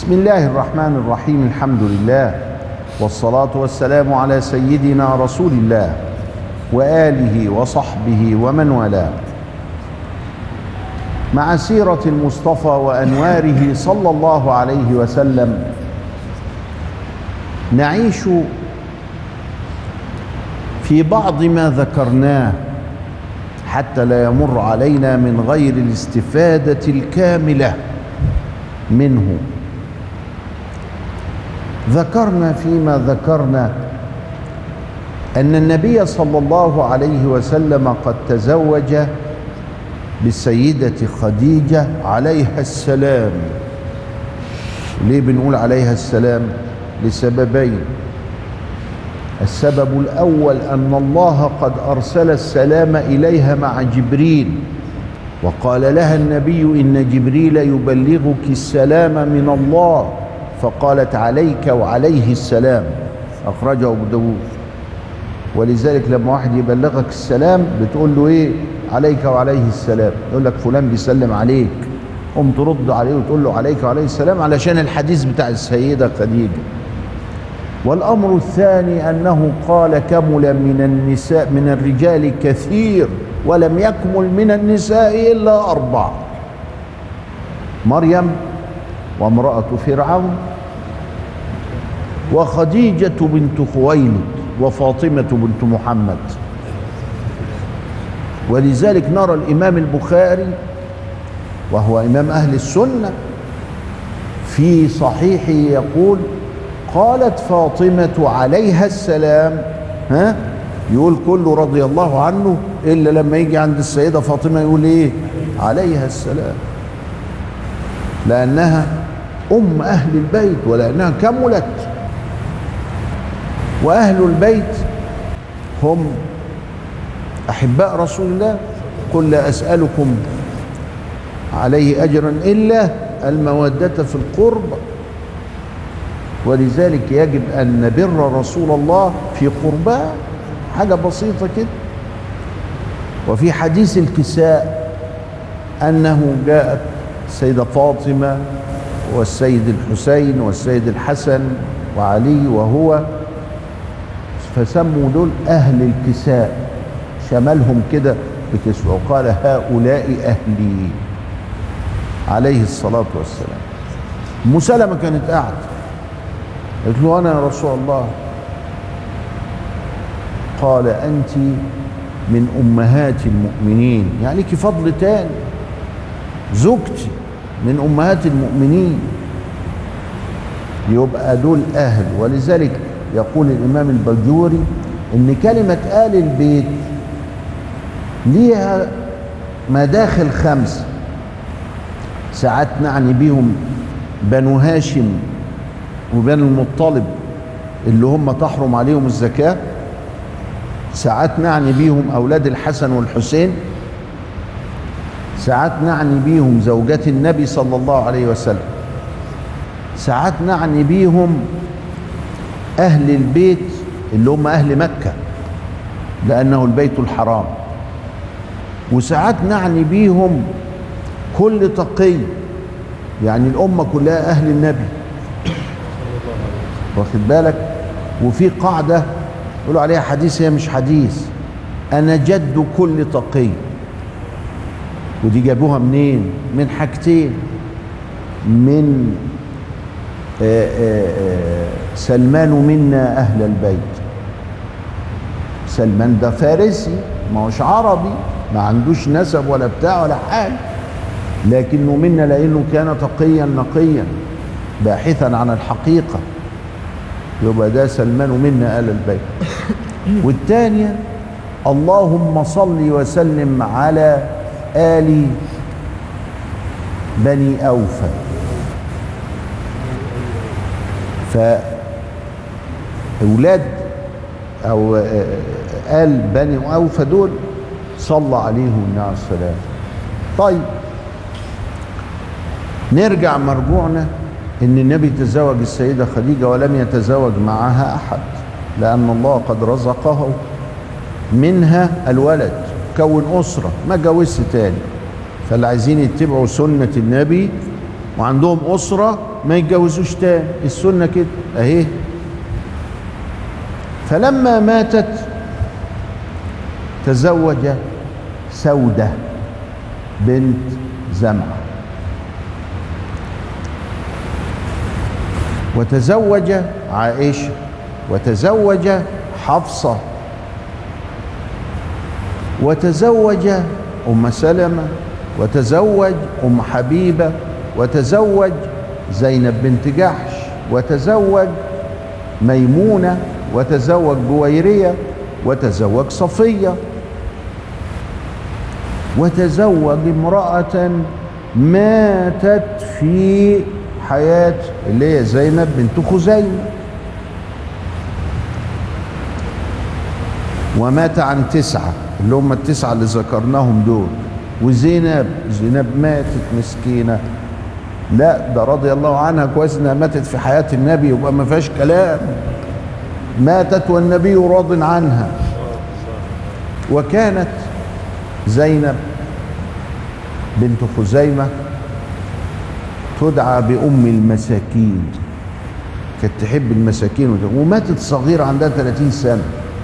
بسم الله الرحمن الرحيم. الحمد لله والصلاة والسلام على سيدنا رسول الله وآله وصحبه ومن والاه، مع سيرة المصطفى وأنواره صلى الله عليه وسلم نعيش في بعض ما ذكرناه حتى لا يمر علينا من غير الاستفادة الكاملة منه. ذكرنا فيما ذكرنا أن النبي صلى الله عليه وسلم قد تزوج بالسيدة خديجة عليها السلام. ليه بنقول عليها السلام؟ لسببين. السبب الأول أن الله قد أرسل السلام إليها مع جبريل، وقال لها النبي إن جبريل يبلغك السلام من الله، فقالت عليك وعليه السلام، أخرجه أبو داود. ولذلك لما واحد يبلغك السلام بتقول له إيه؟ عليك وعليه السلام. يقول لك فلان بيسلم عليك، قم ترد عليه وتقول له عليك وعليه السلام، علشان الحديث بتاع السيدة خديجة. والأمر الثاني أنه قال كمل من الرجال كثير ولم يكمل من النساء إلا 4: مريم، وامرأة فرعون، وخديجة بنت خويلد، وفاطمة بنت محمد. ولذلك نرى الإمام البخاري وهو إمام أهل السنة في صحيحه يقول: قالت فاطمة عليها السلام، يقول كله رضي الله عنه، إلا لما يجي عند السيدة فاطمة يقول إيه؟ عليها السلام، لأنها أم أهل البيت ولأنها كملت. وأهل البيت هم أحباء رسول الله. قل لا أسألكم عليه أجرا إلا المودة في القرب. ولذلك يجب أن نبر رسول الله في قرباه، حاجة بسيطة كده. وفي حديث الكساء أنه جاءت السيدة فاطمة والسيد الحسين والسيد الحسن وعلي وهو، فسموا دول أهل الكساء، شملهم كده بكسوة، وقال هؤلاء أهلي عليه الصلاة والسلام. أم سلمة كانت قاعدة، قالت له أنا يا رسول الله. قال أنت من أمهات المؤمنين، يعني لك فضل تاني، زوجتي من أمهات المؤمنين، يبقى دول أهل. ولذلك يقول الإمام البجوري إن كلمة آل البيت ليها مداخل 5. ساعات نعني بيهم بنو هاشم وبنو المطلب اللي هم تحرم عليهم الزكاة، ساعات نعني بيهم أولاد الحسن والحسين، ساعات نعني بيهم زوجات النبي صلى الله عليه وسلم، ساعات نعني بيهم أهل البيت اللي هم أهل مكة لأنه البيت الحرام، وساعات نعني بيهم كل تقي، يعني الأمة كلها أهل النبي، واخد بالك. وفي قاعدة يقولوا عليها حديث، هي مش حديث: أنا جد كل تقي. ودي جابوها منين؟ من حاجتين: من سلمان منا أهل البيت. سلمان ده فارسي، ما هوش عربي، ما عندوش نسب ولا بتاع ولا حاجة، لكنه منا لأنه كان تقيا نقيا باحثا عن الحقيقة، يبقى ده سلمان منا أهل البيت. والثانية: اللهم صل وسلم على آل بني أوفى. فأولاد أو آل بني أوفى دول صلى عليهم النبي السلام. طيب نرجع مرجوعنا إن النبي تزوج السيدة خديجة ولم يتزوج معها أحد، لأن الله قد رزقه منها الولد، كون أسرة، ما جوزش تاني. فاللي عايزين يتبعوا سنة النبي وعندهم أسرة ما يتجوزوش تاني، السنة كده اهي. فلما ماتت تزوج سودة بنت زمعة، وتزوج عائشة، وتزوج حفصة، وتزوج أم سلمة، وتزوج أم حبيبة، وتزوج زينب بنت جحش، وتزوج ميمونة، وتزوج جويرية، وتزوج صفية، وتزوج امرأة ماتت في حياة اللي هي زينب بنت خزيمة، ومات عن 9 اللي هم ال9 اللي ذكرناهم دول. وزينب ماتت مسكينة، لا ده رضي الله عنها، كويس انها ماتت في حياة النبي يبقى ما فيهاش كلام، ماتت والنبي راض عنها. وكانت زينب بنت خزيمة تدعى بأم المساكين، كانت تحب المساكين، وماتت صغيرة عندها 30 سنة.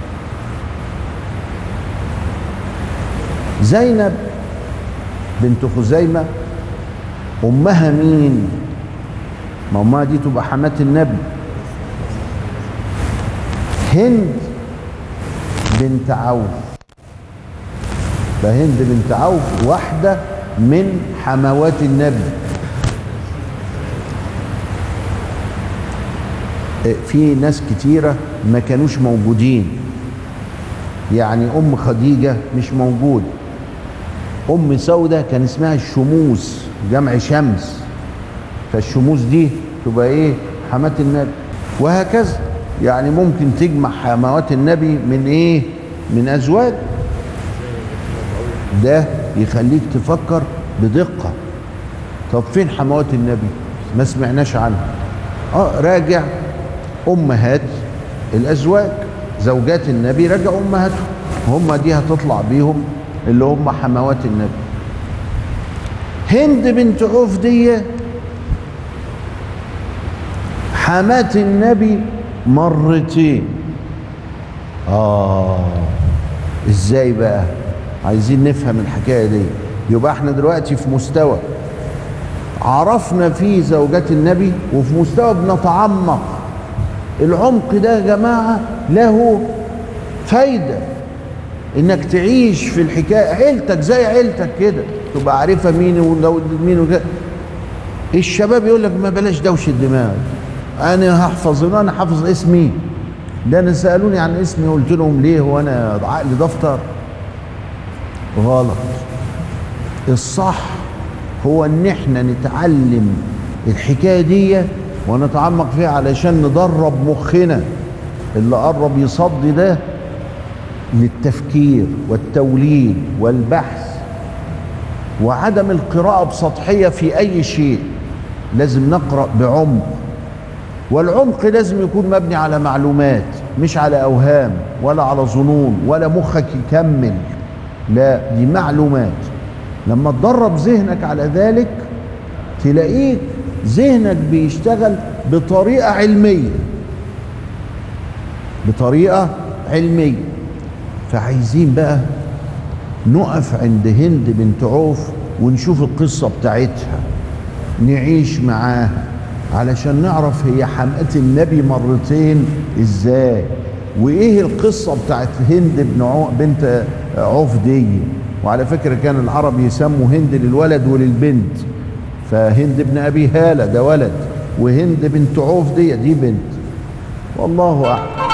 زينب بنت خزيمة أمها مين؟ ما أمها دي تبقى حماة النبي، هند بنت عوف. فهند بنت عوف واحدة من حموات النبي. في ناس كتيرة ما كانوش موجودين، يعني أم خديجة مش موجود، أم سودة كان اسمها الشموس جمع شمس، فالشموس دي تبقى إيه؟ حماة النبي. وهكذا يعني ممكن تجمع حموات النبي من إيه؟ من أزواج. ده يخليك تفكر بدقة. طب فين حموات النبي؟ ما سمعناش عنها. راجع أمهات الأزواج، زوجات النبي راجع أمهاتهم، هم دي هتطلع بيهم اللي هم حموات النبي. هند بنت عوف دي حماة النبي مرتين. ازاي بقى؟ عايزين نفهم الحكاية دي. يبقى احنا دلوقتي في مستوى عرفنا فيه زوجات النبي، وفي مستوى بنتعمق. العمق ده يا جماعة له فايدة، انك تعيش في الحكاية. عيلتك زي عيلتك كده، تبقى عارفة مين ومين وكده. الشباب يقول لك ما بلاش دوش الدماغ، انا هحفظ، انا حافظ اسمي. ده انا سألوني عن اسمي قلت لهم ليه، هو انا عقلي دفتر؟ غلط. الصح هو ان احنا نتعلم الحكاية دي ونتعمق فيها علشان ندرب مخنا اللي قرب يصدي ده للتفكير والتوليد والبحث، وعدم القراءة بسطحية في أي شيء. لازم نقرأ بعمق، والعمق لازم يكون مبني على معلومات، مش على أوهام ولا على ظنون ولا مخك يكمل، لا دي معلومات. لما تدرب ذهنك على ذلك تلاقيك ذهنك بيشتغل بطريقة علمية، بطريقة علمية. فعايزين بقى نقف عند هند بنت عوف ونشوف القصة بتاعتها، نعيش معاها علشان نعرف هي حماة النبي مرتين ازاي، وايه القصة بتاعت هند بنت عوف دي. وعلى فكرة كان العرب يسموا هند للولد وللبنت، فهند بن أبي هالة ده ولد، وهند بنت عوف دي بنت. والله أعلم.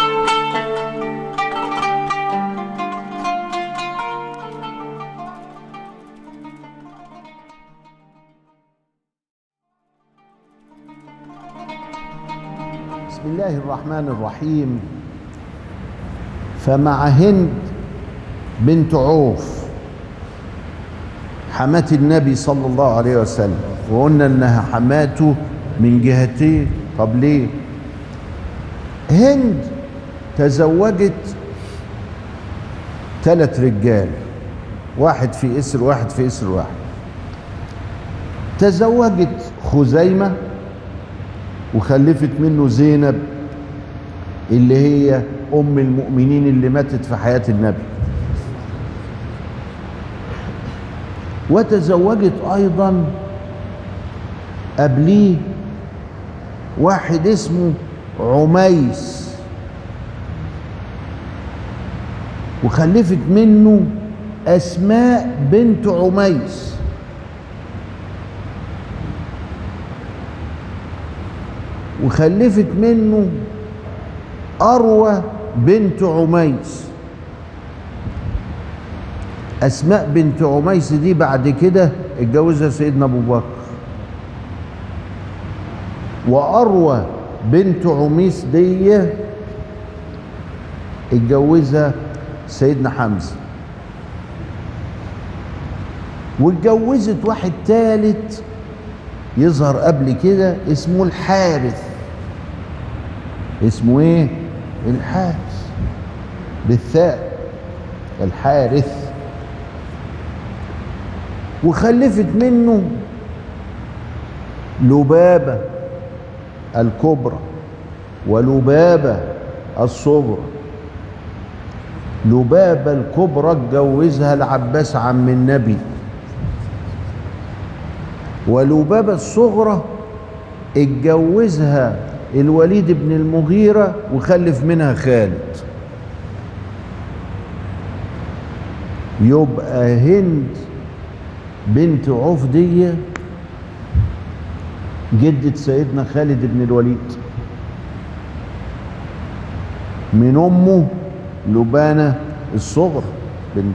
بسم الله الرحمن الرحيم. فمع هند بنت عوف حماة النبي صلى الله عليه وسلم، وقلنا انها حماته من جهتين. طب ليه؟ هند تزوجت 3 رجال، واحد في إسر واحد في إسر واحد. تزوجت خزيمة وخلفت منه زينب اللي هي أم المؤمنين اللي ماتت في حياة النبي. وتزوجت أيضا قبليه واحد اسمه عميس، وخلفت منه أسماء بنت عميس. وخلفت منه أروى بنت عميس. أسماء بنت عميس دي بعد كده اتجوزها سيدنا أبو بكر، وأروى بنت عميس دي اتجوزها سيدنا حمزة. واتجوزت واحد ثالث يظهر قبل كده اسمه الحارث. اسمه ايه؟ الحارث بالثاء، الحارث. وخلفت منه لبابة الكبرى ولبابة الصغرى. لبابة الكبرى اتجوزها العباس عم النبي، ولبابة الصغرى اتجوزها الوليد بن المغيرة وخلف منها خالد. يبقى هند بنت عوف دي جدة سيدنا خالد بن الوليد، من أمه لبانة الصغرى بنت،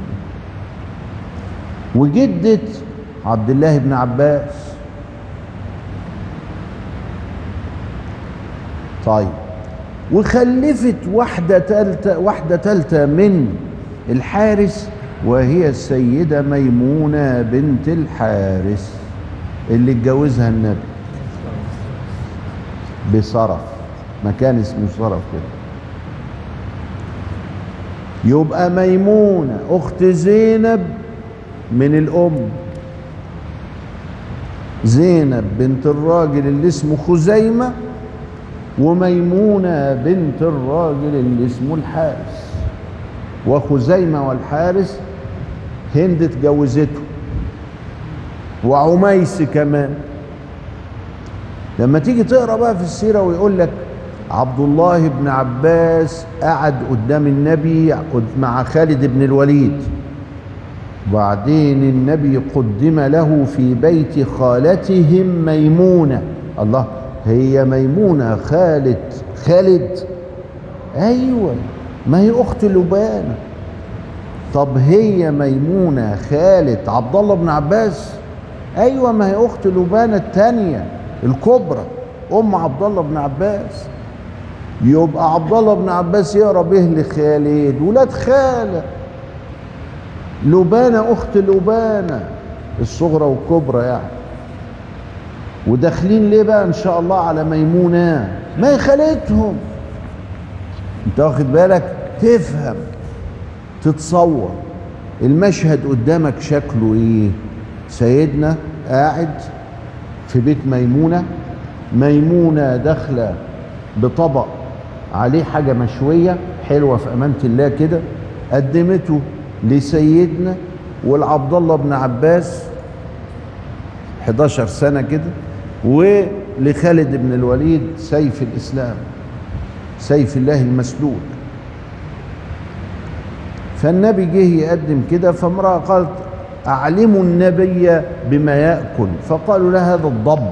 وجدة عبد الله بن عباس. طيب، وخلفت واحدة تالتة من الحارث، وهي السيدة ميمونة بنت الحارث اللي اتجوزها النبي بصرف، مكان اسمه صرف كده. يبقى ميمونة أخت زينب من الأم، زينب بنت الراجل اللي اسمه خزيمة، وميمونة بنت الراجل اللي اسمه الحارث. وخزيمة والحارث هند اتجوزته، وعميس كمان. لما تيجي تقرأ بقى في السيرة ويقول لك عبد الله بن عباس قعد قدام النبي مع خالد بن الوليد، وبعدين النبي قدم له في بيت خالتهم ميمونة. الله، هي ميمونة خالد؟ أيوة، ما هي أخت لبانة. طب هي ميمونة خالة عبد الله بن عباس؟ أيوة، ما هي أخت لبانة الثانية الكبرى أم عبد الله بن عباس. يبقى عبد الله بن عباس يقرا به لخالد، ولاد خالة لبانة أخت لبانة الصغرى والكبرى يعني. وداخلين ليه بقى إن شاء الله على ميمونة؟ ما هي خالتهم. أنت واخد بالك؟ تفهم، تتصور المشهد قدامك شكله إيه؟ سيدنا قاعد في بيت ميمونة، ميمونة داخلة بطبق عليه حاجة مشوية حلوة في أمانة الله كده، قدمته لسيدنا والعبد الله بن عباس 11 سنة كده، ولخالد بن الوليد سيف الإسلام، سيف الله المسلول. فالنبي جه يقدم كده، فامرأة قالت أعلموا النبي بما يأكل، فقالوا له هذا الضب.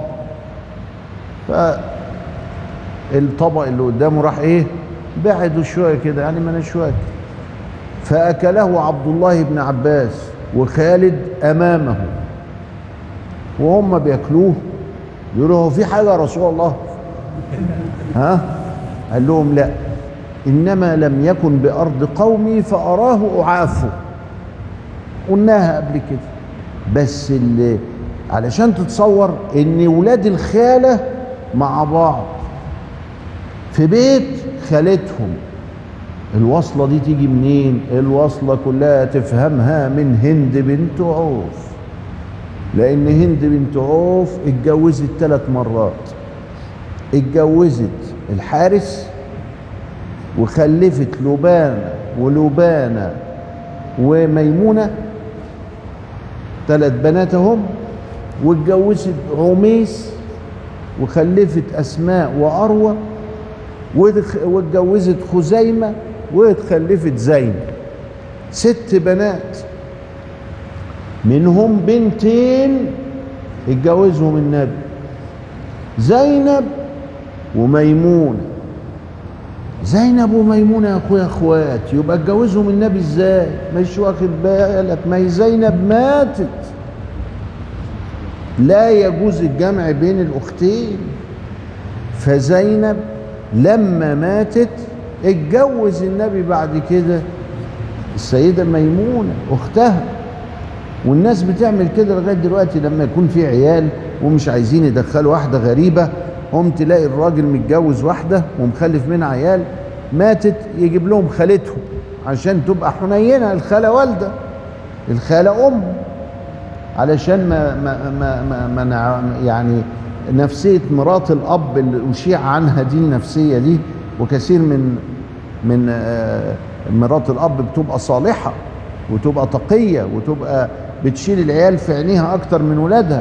فالطبق اللي قدامه راح ايه؟ بعده شوية كده يعني من شوية، فأكله عبد الله بن عباس وخالد أمامه، وهم بياكلوه يقولوا هو في حاجة يا رسول الله؟ ها؟ قال لهم لا، إنما لم يكن بأرض قومي فأراه أعافه. قلناها قبل كده، بس اللي علشان تتصور ان ولاد الخالة مع بعض في بيت خالتهم، الوصلة دي تيجي منين؟ الوصلة كلها تفهمها من هند بنت عوف، لان هند بنت عوف اتجوزت 3 مرات. اتجوزت الحارس وخلفت لبانة وميمونة، 3 بنات هم، واتجوزت عميس وخلفت أسماء وأروى، واتجوزت خزيمة واتخلفت زينب. 6 بنات، منهم 2 اتجوزهم النبي، زينب وميمونة. زينب وميمونة يا اخويا اخوات، يبقى اتجوزهم النبي ازاي؟ مش واخد بالك؟ ما هي زينب ماتت، لا يجوز الجمع بين الاختين. فزينب لما ماتت اتجوز النبي بعد كده السيدة ميمونة اختها. والناس بتعمل كده لغاية دلوقتي، لما يكون في عيال ومش عايزين يدخلوا واحدة غريبة، هم تلاقي الراجل متجوز واحدة ومخلف منها عيال، ماتت يجيب لهم خالتهم عشان تبقى حنينة. الخالة والدة، الخالة أم، علشان ما يعني نفسية مرات الأب اللي أشيع عنها دي النفسية دي. وكثير من مرات الأب بتبقى صالحة وتبقى تقية وتبقى بتشيل العيال في عينيها أكتر من ولادها،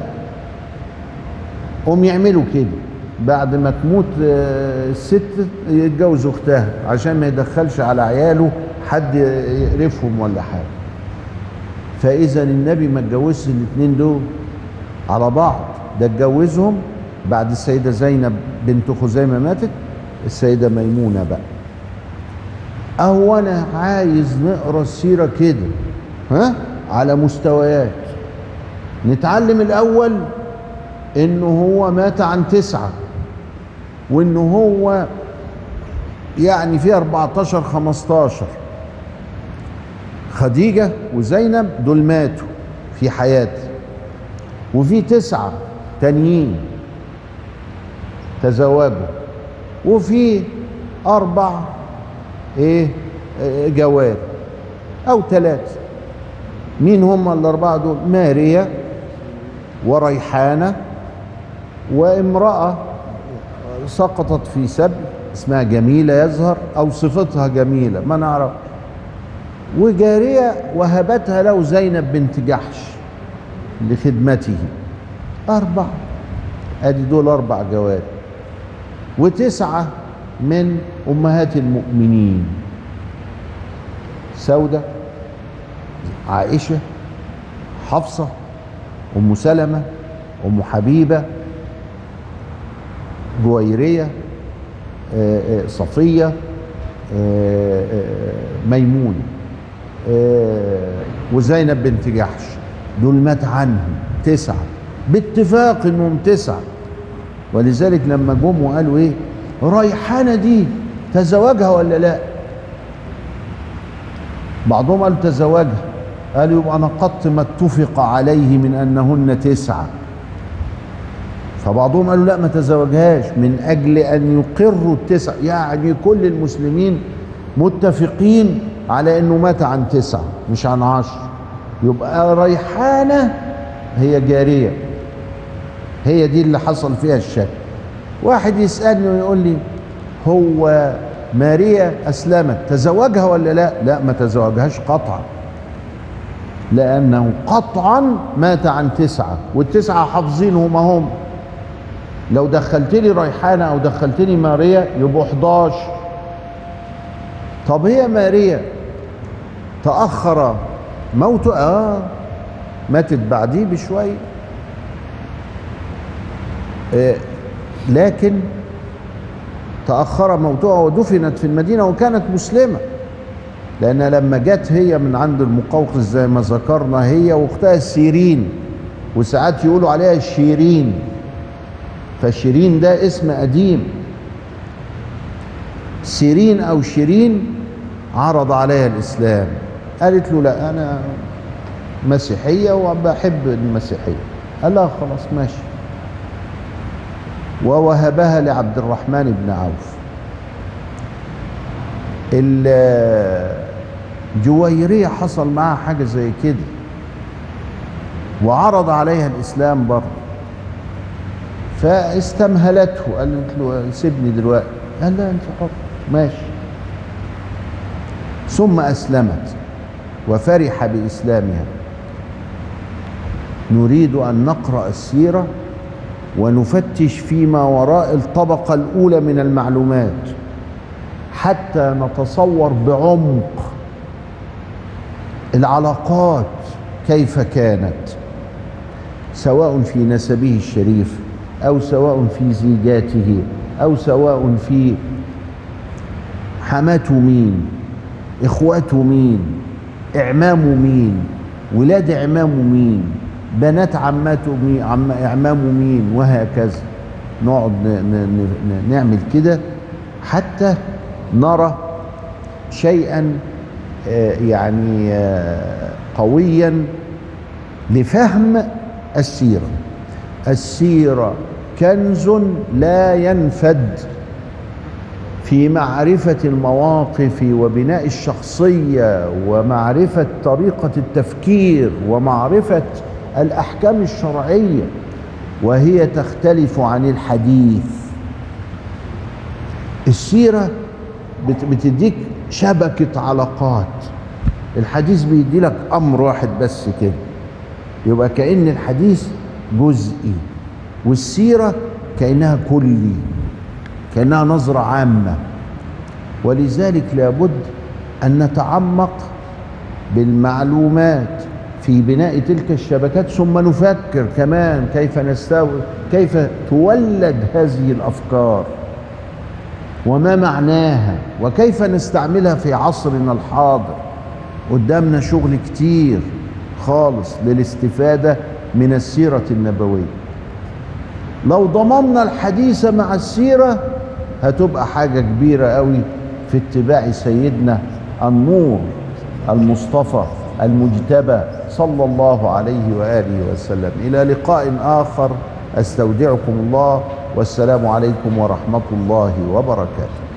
هم يعملوا كده بعد ما تموت الست يتجوز اختها عشان ما يدخلش على عياله حد يقرفهم ولا حاجه. فاذا النبي ما اتجوزش الاثنين دول على بعض، ده اتجوزهم بعد السيده زينب بنت خزيمه ماتت، السيده ميمونه بقى. اهو انا عايز نقرا السيره كده على مستويات. نتعلم الاول انه هو مات عن 9، وانه هو يعني في 14 15. خديجة وزينب دول ماتوا في حياته، وفي 9 تانيين تزوجوا، وفي 4 جوار او 3. مين هم ال4 دول؟ ماريا وريحانة وامرأة سقطت في سبي اسمها جميلة يظهر، او صفتها جميلة ما نعرف، وجارية وهبتها له زينب بنت جحش لخدمته. 4، ادي دول 4 جواري، و9 من امهات المؤمنين: سودة، عائشة، حفصة، ام سلمة، ام حبيبة، جويرية، صفية، ميمونة، وزينب بنت جحش. دول مات عنهم 9 باتفاق انهم 9. ولذلك لما جم وقالوا ايه ريحانة دي تزوجها ولا لا، بعضهم قالوا تزوجها، قالوا يبقى نقضت ما اتفق عليه من انهن 9. فبعضهم قالوا لا ما تزوجهاش من اجل ان يقروا 9، يعني كل المسلمين متفقين على انه مات عن 9 مش عن 10. يبقى ريحانة هي جارية، هي دي اللي حصل فيها الشك. واحد يسألني ويقول لي هو ماريا أسلمت تزوجها ولا لا؟ لا ما تزوجهاش قطعا، لأنه قطعا مات عن 9، وال9 حافظينهم هم. لو دخلت لي ريحانة أو دخلت لي ماريا يبقوا 11. طب هي ماريا تأخر موته؟ ماتت بعديه بشوية، لكن تأخر موتها ودفنت في المدينة وكانت مسلمة، لأن لما جت هي من عند المقوقس زي ما ذكرنا، هي واختها سيرين، وساعات يقولوا عليها شيرين، فشيرين ده اسم قديم. سيرين أو شيرين عرض عليها الإسلام، قالت له لا أنا مسيحية وبحب المسيحية. قال لها خلاص ماشي، ووهبها لعبد الرحمن بن عوف. الجويرية حصل معها حاجة زي كده وعرض عليها الإسلام برضه، فاستمهلته، قالت له سيبني دلوقتي، قال لا انت حر ماشي. ثم أسلمت وفرح بإسلامها. نريد أن نقرأ السيرة ونفتش فيما وراء الطبقة الأولى من المعلومات حتى نتصور بعمق العلاقات كيف كانت، سواء في نسبه الشريف أو سواء في زيجاته أو سواء في حماته مين، إخواته مين، إعمامه مين، ولاد إعمامه مين، بنات عماته مين، إعمامه مين، وهكذا. نقعد نعمل كده حتى نرى شيئا يعني قويا لفهم السيرة. السيرة كنز لا ينفد في معرفة المواقف وبناء الشخصية ومعرفة طريقة التفكير ومعرفة الأحكام الشرعية، وهي تختلف عن الحديث. السيرة بتديك شبكة علاقات، الحديث بيدي لك أمر واحد بس كده، يبقى كأن الحديث جزئي، والسيرة كأنها كلي، كأنها نظرة عامة. ولذلك لابد أن نتعمق بالمعلومات في بناء تلك الشبكات، ثم نفكر كمان كيف تولد هذه الأفكار وما معناها وكيف نستعملها في عصرنا الحاضر. قدامنا شغل كتير خالص للاستفادة من السيرة النبوية. لو ضممنا الحديث مع السيرة هتبقى حاجة كبيرة قوي في اتباع سيدنا النور المصطفى المجتبى صلى الله عليه وآله وسلم. إلى لقاء آخر، أستودعكم الله، والسلام عليكم ورحمة الله وبركاته.